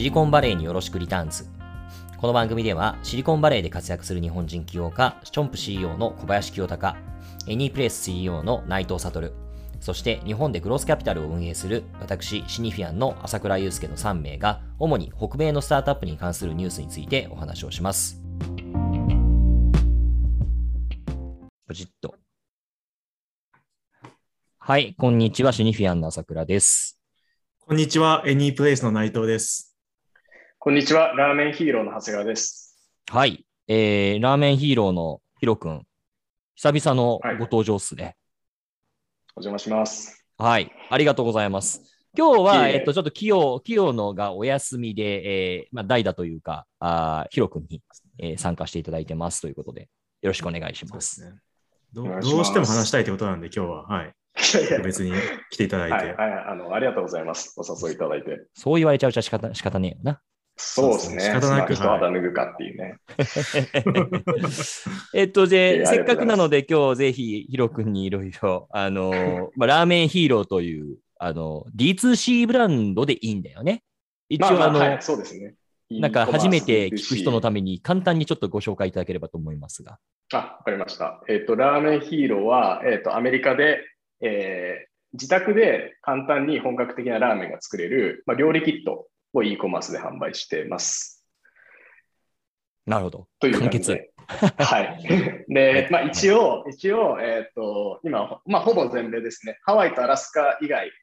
シリコンバレーによろしくリターンズ。この番組ではシリコンバレーで活躍する日本人起業家、チョンプ CEO の小林清隆、エニープレイス CEO の内藤悟、そして日本でグロースキャピタルを運営する私シニフィアンの朝倉祐介の3名が主に北米のスタートアップに関するニュースについてお話をします。ポチッと。はい、こんにちは、シニフィアンの朝倉です。 こんにちは、エニープレイスの内藤です。 こんにちは、ラーメンヒーローの長谷川です。 はい、ラーメンヒーローのヒロくん、久々のご登場っすね。 はい、お邪魔します。 はい、ありがとうございます。今日は、ちょっと清野がお休みで、代打というか、ヒロくんに、参加していただいてますということで、よろしくお願いします。 どうしても話したいということなんで、今日は、はい。別に来ていただいて。 ありがとうございます。お誘いいただいて。 そう言われちゃうと仕方ねえよな。 そうですね。 仕方なく。 一肌脱ぐかっていうね。 で、せっかくなので、今日ぜひ、ヒロ君にいろいろ、ラーメンヒーローという、D2C ブランドでいいんだよね。一応、 そうですね。 なんか初めて聞く人のために簡単にちょっとご紹介いただければと思いますが。 わかりました。ラーメンヒーローは、アメリカで、自宅で簡単に本格的なラーメンが作れる、料理キットを e コマースで販売しています。 なるほど。 という感じで。はい。で、一応、今、ほぼ全米ですね。ハワイとアラスカ以外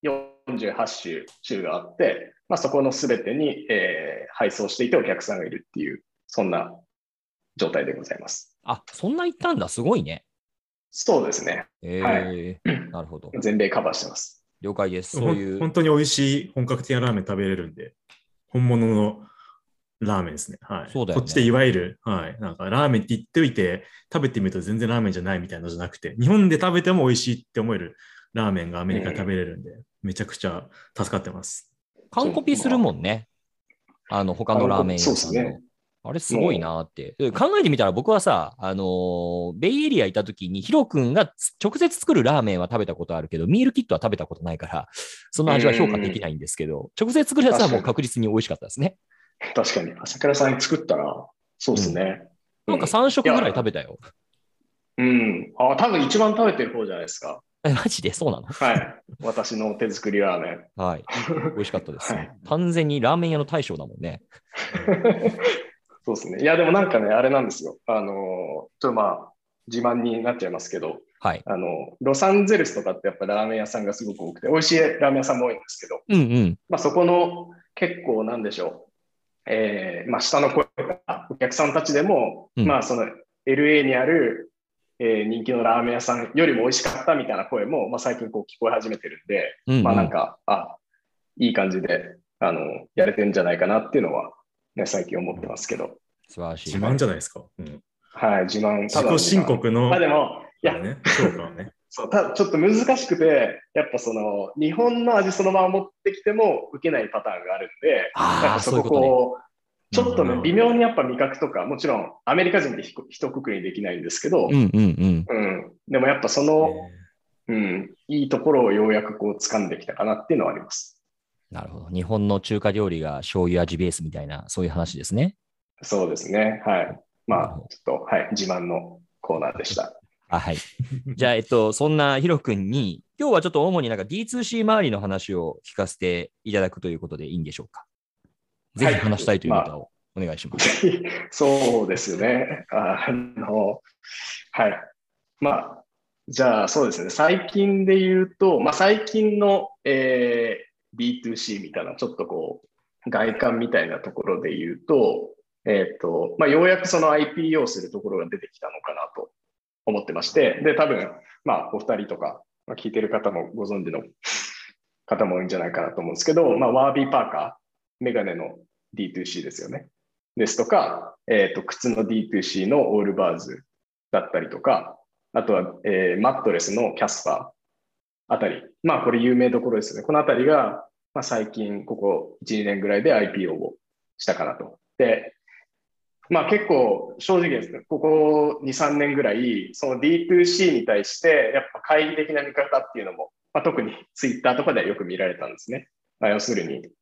48州があって、そこのすべてに、配送していてお客さんがいるっていう、そんな状態でございます。 あ、そんな言ったんだ。すごいね。 そうですね。 はい。なるほど。 全米カバーしてます。 了解です。そういう。 本当に美味しい本格的なラーメン食べれるんで、本物のラーメンですね。はい。 そうだよね。 こっちでいわゆる、はい。なんかラーメンって言っておいて、食べてみると全然ラーメンじゃないみたいなのじゃなくて、日本で食べても美味しいって思えるラーメンがアメリカで食べれるんで、めちゃくちゃ助かってます。 完コピするもんね。他のラーメン屋さんの。 そうですね。 あれすごいなって。考えてみたら僕はさ、ベイエリアいた時にヒロ君が直接作るラーメンは食べたことあるけど、ミールキットは食べたことないから、その味は評価できないんですけど、直接作るやつはもう確実に美味しかったですね。 確かに。朝倉さんに作ったら、そうですね。 なんか3食ぐらい食べたよ。 多分一番食べてる方じゃないですか。 マジでそうなの？ はい。私の手作りラーメン。 はい。美味しかったです。完全にラーメン屋の大将だもんね。 そうですね。いや、でもなんかね、あれなんですよ。自慢になっちゃいますけど、 はい。 ロサンゼルスとかってやっぱラーメン屋さんがすごく多くて、美味しいラーメン屋さんも多いんですけど、そこの結構なんでしょう。下の声がお客さんたちでも、その LA にある、人気のラーメン屋さんよりも美味しかったみたいな声も、最近こう聞こえ始めてるんで、なんか、いい感じで、やれてるんじゃないかなっていうのは、ね、最近思ってますけど。 素晴らしい。 自慢じゃないですか。 はい、自慢。 自己申告の。 でも、いや、 ね、評価はね。 そう、ちょっと難しくて、やっぱその、日本の味そのまま持ってきても受けないパターンがあるんで、やっぱそここう、ちょっとね、微妙にやっぱ味覚とか、もちろんアメリカ人で一括りにできないんですけど、でもやっぱその、いいところをようやくこう掴んできたかなっていうのはあります。 なるほど。日本の中華料理が醤油味ベースみたいな、そういう話ですね。 そうですね。はい。ちょっと、はい、自慢のコーナーでした。 はい。じゃあ、そんなヒロ君に、今日はちょっと主になんか D2C 周りの話を聞かせていただくということでいいんでしょうか。ぜひ話したいというネタをお願いします。 そうですよね。はい。じゃあそうですね。最近で言うと、最近の、B2C みたいな、ちょっとこう、外観みたいなところで言うと、ようやくその IPO をするところが出てきたのかなと思ってまして、で、多分、お二人とか、聞いてる方もご存知の方も多いんじゃないかなと思うんですけど、ワービーパーカー、メガネの D2C ですよね。ですとか、靴の D2C のオールバーズだったりとか、あとは、マットレスのキャスパーあたり。これ有名どころですね。このあたりが、最近、ここ1、2年ぐらいで IPO をしたかなと。で、結構正直ですね、ここ2、3年ぐらい、その D2C に対して、やっぱ懐疑的な見方っていうのも、特に Twitter とかではよく見られたんですね。要するに、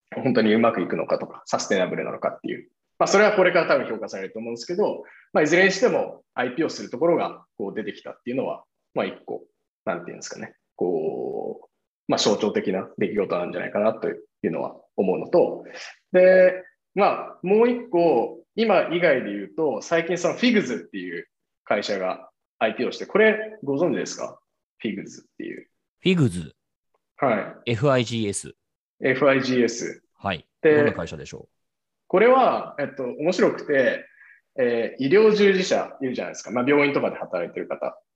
本当にうまくいくのかとか、サステナブルなのかっていう。それはこれから多分評価されると思うんですけど、いずれにしても IP をするところがこう出てきたっていうのは、一個、なんていうんですかね、こう、象徴的な出来事なんじゃないかなというのは思うのと、で、もう一個、今以外で言うと、最近その FIGS っていう会社が IP をして、これご存知ですか？ FIGS っていう。 フィグズ。 はい。 FIGS。 FIGS。 はい。 で、 どんな会社でしょこれは、面白くて、医療従事者いるじゃないですか。病院とかで働いてる方って、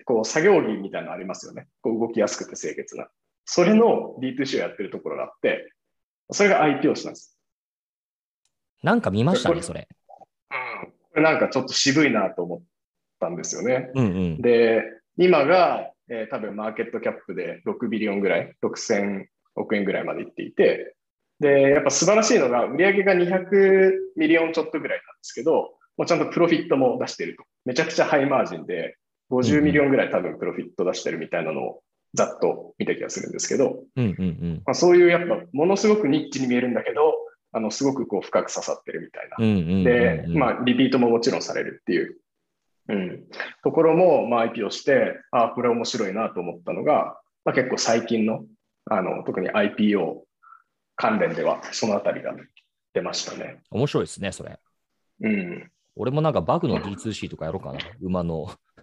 こう、作業着みたいなのありますよね。こう動きやすくて清潔な。それの D2C をやってるところがあって、それが IP をしたんです。 う？なんか見ましたね、 これ、 それ。 これなんかちょっと渋いなと思ったんですよね。 うんうん。 で、今が、多分マーケットキャップで6ビリオンぐらい、6000億円ぐらいまでいっていて、で、やっぱ素晴らしいのが、売上が200ミリオンちょっとぐらいなんですけど、もうちゃんとプロフィットも出していると。めちゃくちゃハイマージンで、50ミリオンぐらい多分プロフィット出してるみたいなのをざっと見た気がするんですけど、 うんうんそういうやっぱものすごくニッチに見えるんだけど、すごくこう深く刺さってるみたいな。 うん。うんうんうんうん。 で、リピートももちろんされるっていう、ところも、IP をして、これ面白いなと思ったのが、結構最近の、特に IPO 関連では、そのあたりが出ましたね。 面白いですね、それ。俺もなんかバグの D2C とかやろうかな、馬の。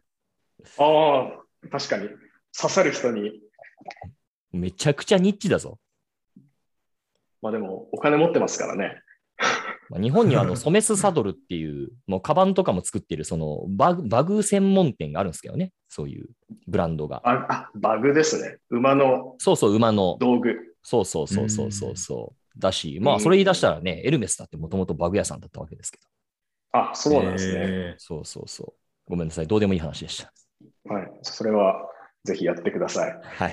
確かに。刺さる人に。 めちゃくちゃニッチだぞ。 でも、お金持ってますからね。 日本にはソメスサドルっていう、もうカバンとかも作ってる、そのバグ専門店があるんですけどね。そういうブランドが。 バグですね。馬の。 そうそう、馬の。 道具。 そう。だし、それ言い出したらね、エルメスだってもともとバグ屋さんだったわけですけど。そうなんですね。 そう。ごめんなさい。どうでもいい話でした。 はい。それはぜひやってください。 はい。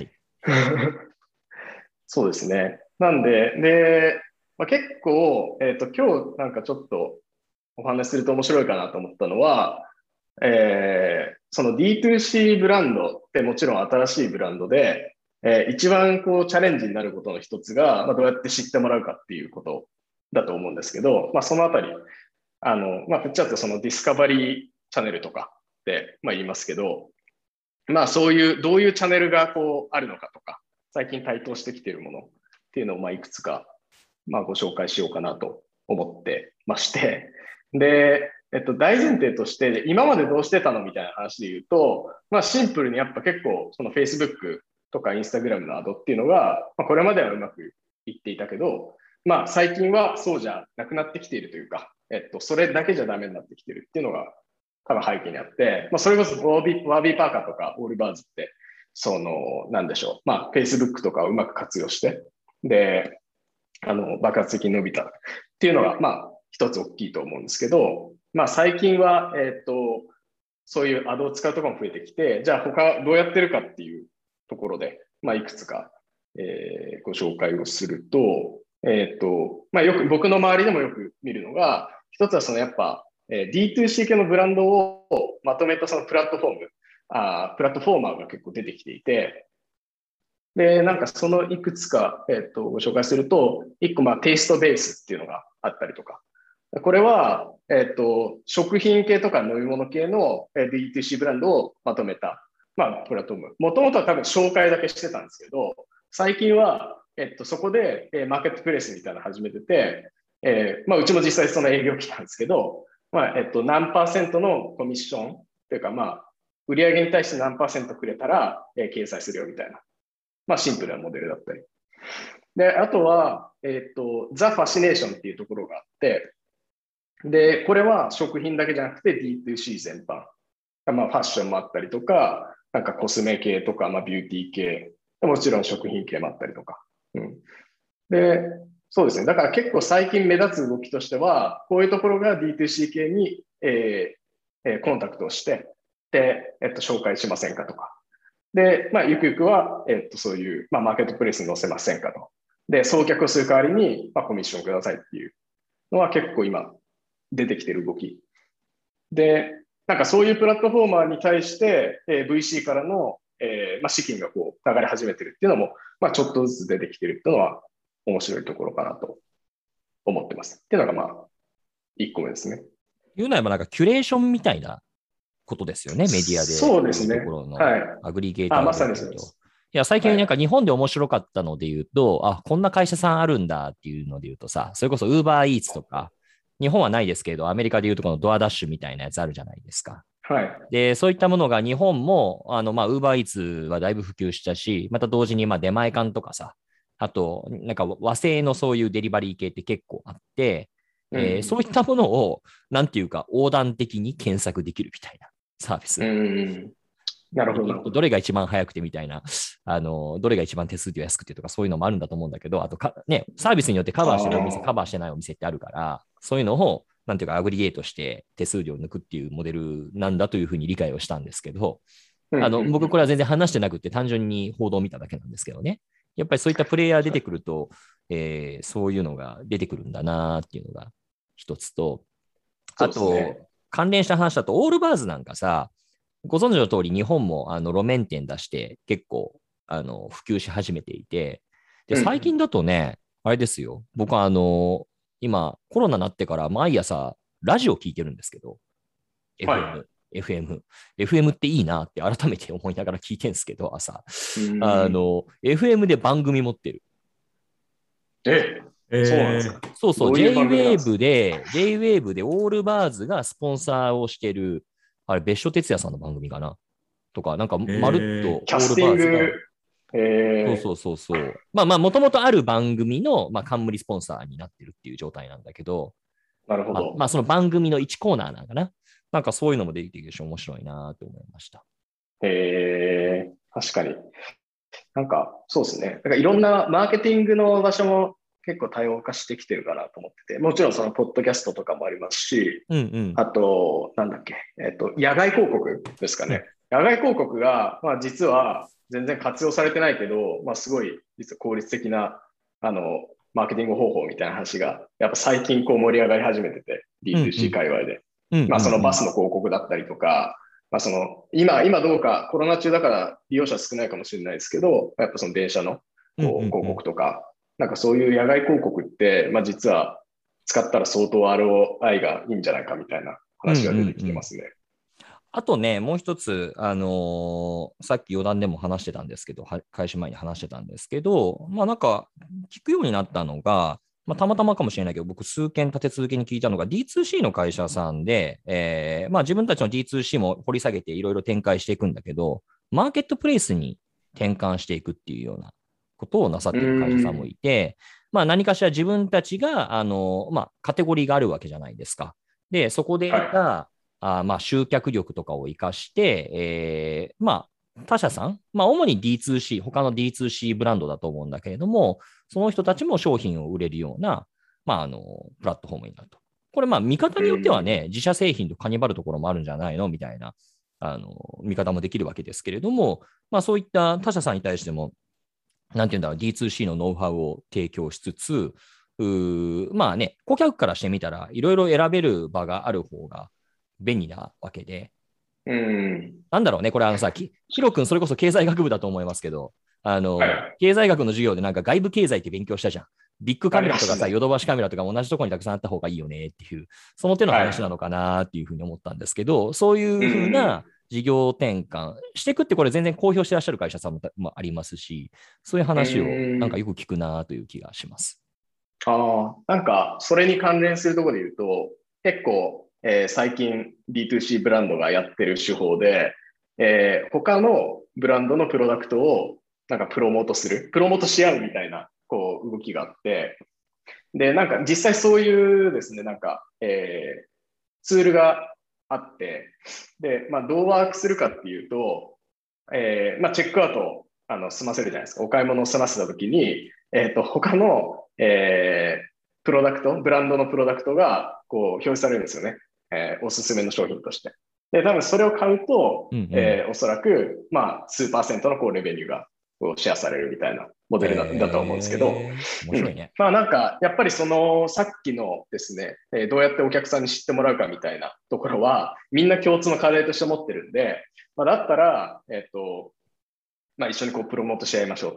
そうですね。なんで、結構、今日なんかちょっとお話しすると面白いかなと思ったのは、その D2C ブランドってもちろん新しいブランドで、一番こうチャレンジになることの一つが、どうやって知ってもらうかっていうことだと思うんですけど、そのあたり、プッチャーってそのディスカバリーチャンネルとかって言いますけど、そういう、どういうチャンネルがこうあるのかとか、最近台頭してきているものっていうのをいくつかご紹介しようかなと思ってまして、で、大前提として、今までどうしてたのみたいな話で言うと、シンプルにやっぱ結構、その Facebook とか Instagram のアドっていうのが、これまではうまくいっていたけど、最近はそうじゃなくなってきているというか、それだけじゃダメになってきているっていうのが多分背景にあって、それこそワービーパーカーとかオールバーズって、なんでしょう、Facebook とかをうまく活用して、で、爆発的に伸びたっていうのが、一つ大きいと思うんですけど、最近は、そういうアドを使うところも増えてきて、じゃあ他どうやってるかっていうところで、いくつか、ご紹介をすると、よく僕の周りでもよく見るのが、一つはそのやっぱ、D2C 系のブランドをまとめたそのプラットフォーマーが結構出てきていて、で、なんかそのいくつか、ご紹介すると、一個テイストベースっていうのがあったりとか、これは、食品系とか飲み物系の D2C ブランドをまとめた、プラットフォーム。もともとは多分紹介だけしてたんですけど、最近は、そこで、マーケットプレイスみたいなの始めてて、うちも実際その営業来たんですけど、何%のコミッションというか、売上に対して何%くれたら、掲載するよみたいな、シンプルなモデルだったり。で、あとは、ザ・ファシネーションっていうところがあって、で、これは食品だけじゃなくて D2C 全般。ファッションもあったりとか、なんかコスメ系とか、ビューティー系、もちろん食品系もあったりとか。で、そうですね。だから結構最近目立つ動きとしては、こういうところが D2C 系に、コンタクトをして、で、紹介しませんかとか。で、ゆくゆくは、そういう、マーケットプレイスに載せませんかと。で、送客をする代わりに、コミッションくださいっていうのは結構今出てきてる動き。で、なんかそういうプラットフォーマーに対して、VC からの、資金がこう流れ始めてるっていうのも、ちょっとずつ出てきてるっていうのは面白いところかなと思ってます。っていうのがまあ、1個目ですね。 言うなればなんかキュレーションみたいなことですよね、メディアで。 そうですね。 ところのはい。 アグリゲーターまさにそうです。 いや、最近なんか日本で面白かったので言うと、こんな会社さんあるんだっていうので言うとさ、それこそ Uber Eats とか、日本はないですけど、アメリカで言うとこのドアダッシュみたいなやつあるじゃないですか。 はい。 で、そういったものが日本も、Uber Eats はだいぶ普及したし、また同時に出前館とかさ、あと、なんか和製のそういうデリバリー系って結構あって、そういったものを、なんていうか、横断的に検索できるみたいなサービス。 なるほど。 どれが一番早くてみたいな、どれが一番手数料安くてとかそういうのもあるんだと思うんだけど、あとね、サービスによってカバーしてるお店、カバーしてないお店ってあるから、そういうのを、なんていうか、アグリゲートして手数料を抜くっていうモデルなんだというふうに理解をしたんですけど、僕これは全然話してなくて、単純に報道を見ただけなんですけどね。やっぱりそういったプレイヤー出てくると、そういうのが出てくるんだなっていうのが一つと、あと、関連した話だと、オールバーズなんかさ、ご存知の通り、日本も路面店出して結構普及し始めていて、で、最近だとね、あれですよ、僕は今、コロナになってから毎朝、ラジオ聞いてるんですけど、FM っていいなって改めて思いながら聞いてるんですけど、朝。FM で番組持ってる。 そうなんですか。 そうそう、J-Wave でオールバーズがスポンサーをしてる、あれ、別所哲也さんの番組かなとか、なんか、まるっとオールバーズが。 キャスティング。 そう。もともとある番組の、冠スポンサーになってるっていう状態なんだけど、 なるほど。 その番組の1コーナーなんかな。なんかそういうのも出てきて面白いなと思いました。 確かに。なんか、そうですね。なんかいろんなマーケティングの場所も結構多様化してきてるかなと思ってて、もちろんそのポッドキャストとかもありますし、あと、なんだっけ、野外広告ですかね。野外広告が、実は全然活用されてないけど、すごい実は効率的な、マーケティング方法みたいな話が、やっぱ最近こう盛り上がり始めてて、D2C 界隈で。そのバスの広告だったりとか、今どうかコロナ中だから利用者少ないかもしれないですけど、やっぱその電車のこう広告とか、なんかそういう野外広告って、実は使ったら相当 ROI がいいんじゃないかみたいな話が出てきてますね。 あとね、もう一つ、さっき余談でも話してたんですけど、開始前に話してたんですけど、なんか聞くようになったのが、たまたまかもしれないけど、僕数件立て続けに聞いたのが D2C の会社さんで、自分たちの D2C も掘り下げていろいろ展開していくんだけど、マーケットプレイスに転換していくっていうようなことをなさっている会社さんもいて、何かしら自分たちが、カテゴリーがあるわけじゃないですか。で、そこで得た、集客力とかを活かして、他社さん、主に D2C、他の D2C ブランドだと思うんだけれども、その人たちも商品を売れるような、プラットフォームになると。これ、見方によってはね、自社製品とカニバるところもあるんじゃないのみたいな、見方もできるわけですけれども、そういった他社さんに対しても、なんていうんだろう、D2C のノウハウを提供しつつ、顧客からしてみたら、いろいろ選べる場がある方が便利なわけで、なんだろうね、これヒロ君、それこそ経済学部だと思いますけど、経済学の授業でなんか外部経済って勉強したじゃん。ビッグカメラとかさ、ヨドバシカメラとか同じところにたくさんあった方がいいよねっていう、その手の話なのかなっていうふうに思ったんですけど、そういうふうな事業転換していくってこれ全然公表してらっしゃる会社さんもありますし、そういう話をなんかよく聞くなという気がします。 なんかそれに関連するところで言うと、結構、最近 D2C ブランドがやってる手法で、他のブランドのプロダクトをなんかプロモートし合うみたいなこう動きがあって、で、なんか実際そういうですね、なんか、ツールがあって、で、どうワークするかっていうと、チェックアウトを済ませるじゃないですか。お買い物を済ませたときに、他の、ブランドのプロダクトがこう表示されるんですよね。おすすめの商品として。で、多分それを買うと、おそらく、数%のこうレベニューがこうシェアされるみたいなモデルだと思うんですけど、 面白いね。 なんか、やっぱりそのさっきのですね、どうやってお客さんに知ってもらうかみたいなところは、みんな共通の課題として持ってるんで、だったら、一緒にこうプロモートし合いましょうと。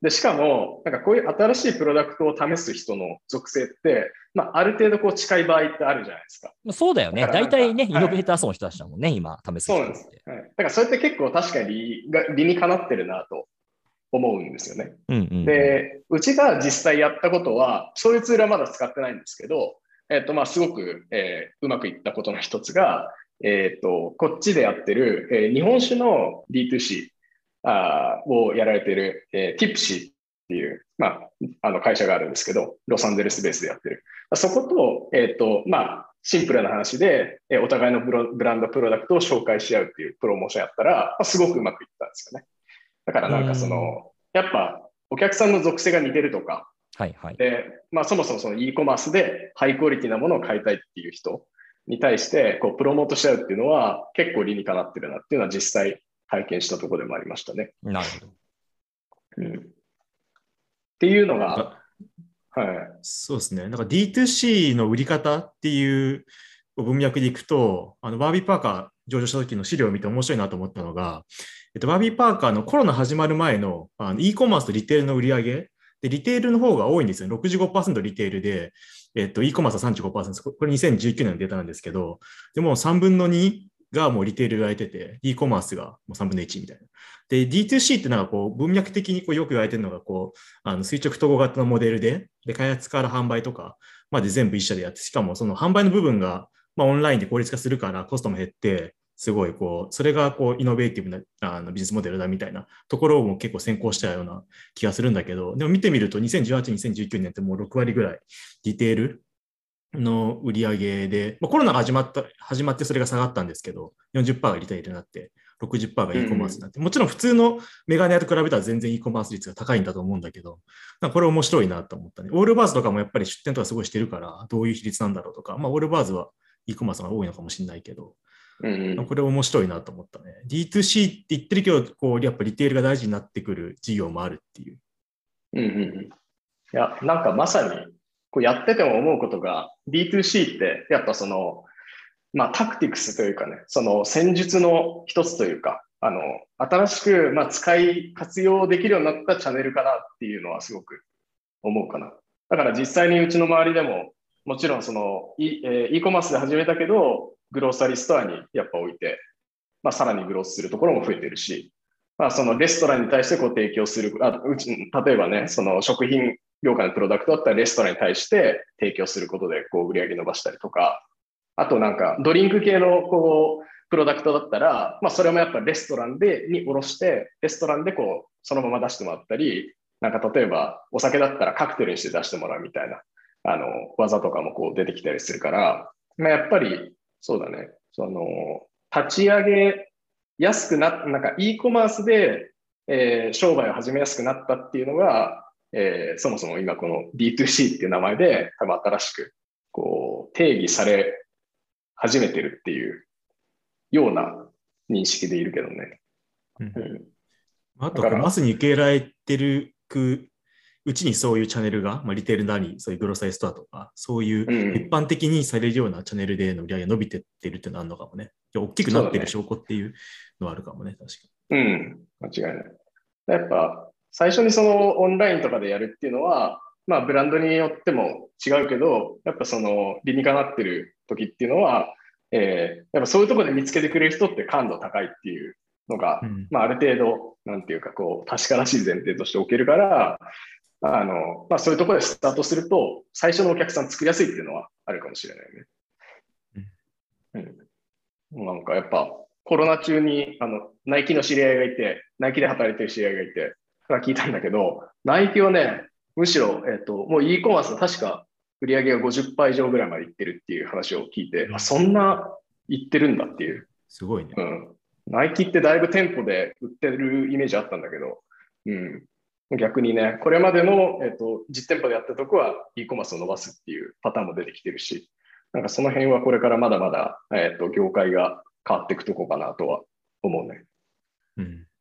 で、しかも、なんかこういう新しいプロダクトを試す人の属性って、まあ、ある程度こう近い場合ってあるじゃないですか。 そうだよね。 だからなんか大体ね、イノベーターはい層の人たちだもんね、今、試すそうなんです。 人って。 はい。だからそれって結構確かに理にかなってるなと思うんですよね。 うんうんうん。 で、うちが実際やったことは、そういうツールはまだ使ってないんですけど、まあ、すごく、うまくいったことの一つが、こっちでやってる、日本酒の D2C をやられてる、ティプシーっていう、まあ、会社があるんですけど、ロサンゼルスベースでやってる。そこと、まあ、シンプルな話で、お互いのブランドプロダクトを紹介し合うっていうプロモーションやったら、まあ、すごくうまくいったんですよね。だからなんかやっぱお客さんの属性が似てるとか、 はいはい。 で、まあそもそもその e コマースでハイクオリティなものを買いたいっていう人に対して、こう、プロモートしちゃうっていうのは結構理にかなってるなっていうのは実際体験したところでもありましたね。 なるほど。 っていうのが、はい。 そうですね。なんか D2C の売り方っていう文脈でいくと、バービーパーカー上場した時の資料を見て面白いなと思ったのが、バービーパーカーのコロナ始まる前のe コマースとリテールの売り上げで、リテールの方が多いんですよ。65% リテールで、e コマースは 35%。これ2019年のデータなんですけど、でも3分の2がもうリテールがやってて、e コマースがもう3分の1みたいな。で、D2C ってなんかこう文脈的にこうよく言われてるのがこう、垂直統合型のモデルで、開発から販売とかまで全部一社でやって、しかもその販売の部分が、オンラインで効率化するからコストも減って、すごいこう、それがこう、イノベーティブなビジネスモデルだみたいなところも結構先行したような気がするんだけど、でも見てみると2018、2019年ってもう6割ぐらいディテールの売り上げで、コロナが始まってそれが下がったんですけど、40% がリテールになって、60% が e コマースになって、もちろん普通のメガネ屋と比べたら全然 e コマース率が高いんだと思うんだけど、これ面白いなと思ったね。オールバーズとかもやっぱり出店とかすごいしてるから、どういう比率なんだろうとか、オールバーズは e コマースが多いのかもしれないけど、これ面白いなと思ったね。D2C って言ってるけど、こうやっぱリテールが大事になってくる事業もあるっていう。 いや、なんかまさにこうやってても思うことが D2C ってやっぱまあタクティクスというかね、その戦術の一つというか、新しくまあ活用できるようになったチャンネルかなっていうのはすごく思うかな。だから実際にうちの周りでも、もちろんe コマースで始めたけど、グローサリーストアにやっぱ置いて、まあ、さらにグロースするところも増えてるし、まあ、そのレストランに対してこう提供する、例えばね、その食品業界のプロダクトだったらレストランに対して提供することでこう売り上げ伸ばしたりとか、あとなんかドリンク系のこうプロダクトだったら、まあ、それもやっぱレストランに卸して、レストランでこうそのまま出してもらったり、なんか例えばお酒だったらカクテルにして出してもらうみたいな技とかもこう出てきたりするから、まあ、やっぱりそうだね、立ち上げやすくなんか e コマースで、商売を始めやすくなったっていうのが、そもそも今この D2C っていう名前で多分新しくこう定義され始めてるっていうような認識でいるけどね。 あとマスに受け入れられてるうちにそういうチャンネルが、リテールなり、そういうグロサイストアとか、そういう一般的にされるようなチャンネルでの売り上げが伸びてってるっていうのがあるのかもね。大きくなってる証拠っていうのはあるかもね、確かに。間違いない。やっぱ、最初にそのオンラインとかでやるっていうのは、まあブランドによっても違うけど、やっぱその理にかなってる時っていうのは、やっぱそういうところで見つけてくれる人って感度高いっていうのが、まあある程度、なんていうかこう、確からしい前提としておけるから、まあそういうところでスタートすると、最初のお客さん作りやすいっていうのはあるかもしれないね。なんかやっぱコロナ中にナイキの知り合いがいて、ナイキで働いてる知り合いがいて、聞いたんだけど、ナイキはね、むしろ、もう e コマース確か売り上げが 50% 以上ぐらいまでいってるっていう話を聞いて、そんないってるんだっていう。 すごいね。 ナイキってだいぶ店舗で売ってるイメージあったんだけど、逆にね、これまでの、実店舗でやったとこは e コマースを伸ばすっていうパターンも出てきてるし、なんかその辺はこれからまだまだ、業界が変わっていくとこかなとは思うね。